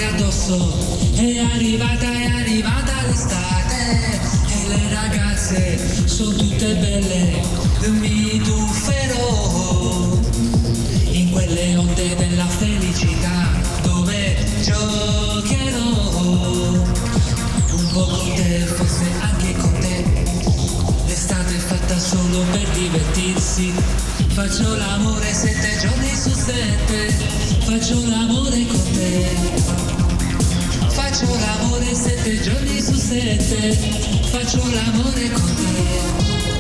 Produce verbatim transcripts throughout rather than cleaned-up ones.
addosso, è arrivata, è arrivata l'estate e le ragazze sono tutte belle, mi tufferò in quelle onde della felicità dove giocherò un po' con te, forse anche con te. L'estate è fatta solo per divertirsi, faccio l'amore sette giorni su sette, faccio l'amore con te, faccio l'amore sette giorni su sette, faccio l'amore con te.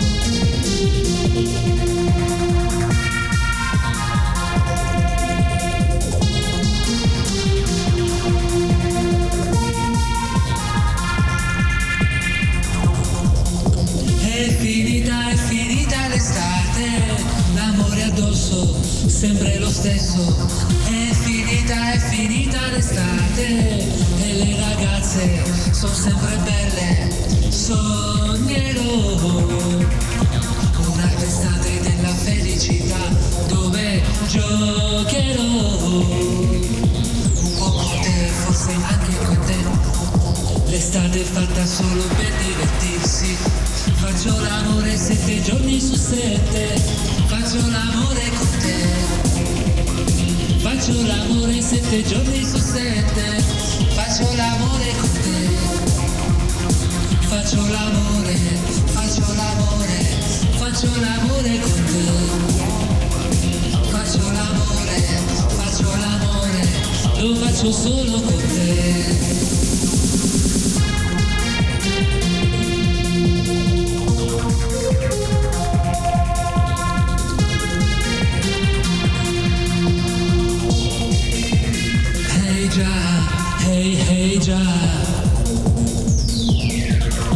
È finita, è finita l'estate, l'amore addosso, sempre lo stesso. È finita, è finita l'estate e le ragazze sono sempre belle. Sognerò una estate della felicità dove giocherò un po' con te, forse anche con te. L'estate è fatta solo per divertirsi, faccio l'amore sette giorni su sette, faccio l'amore con te, faccio l'amore sette giorni su sette, faccio l'amore con te, faccio l'amore, faccio l'amore, faccio l'amore con te, faccio l'amore, faccio l'amore, lo faccio solo con te. Hey già, hey hey già,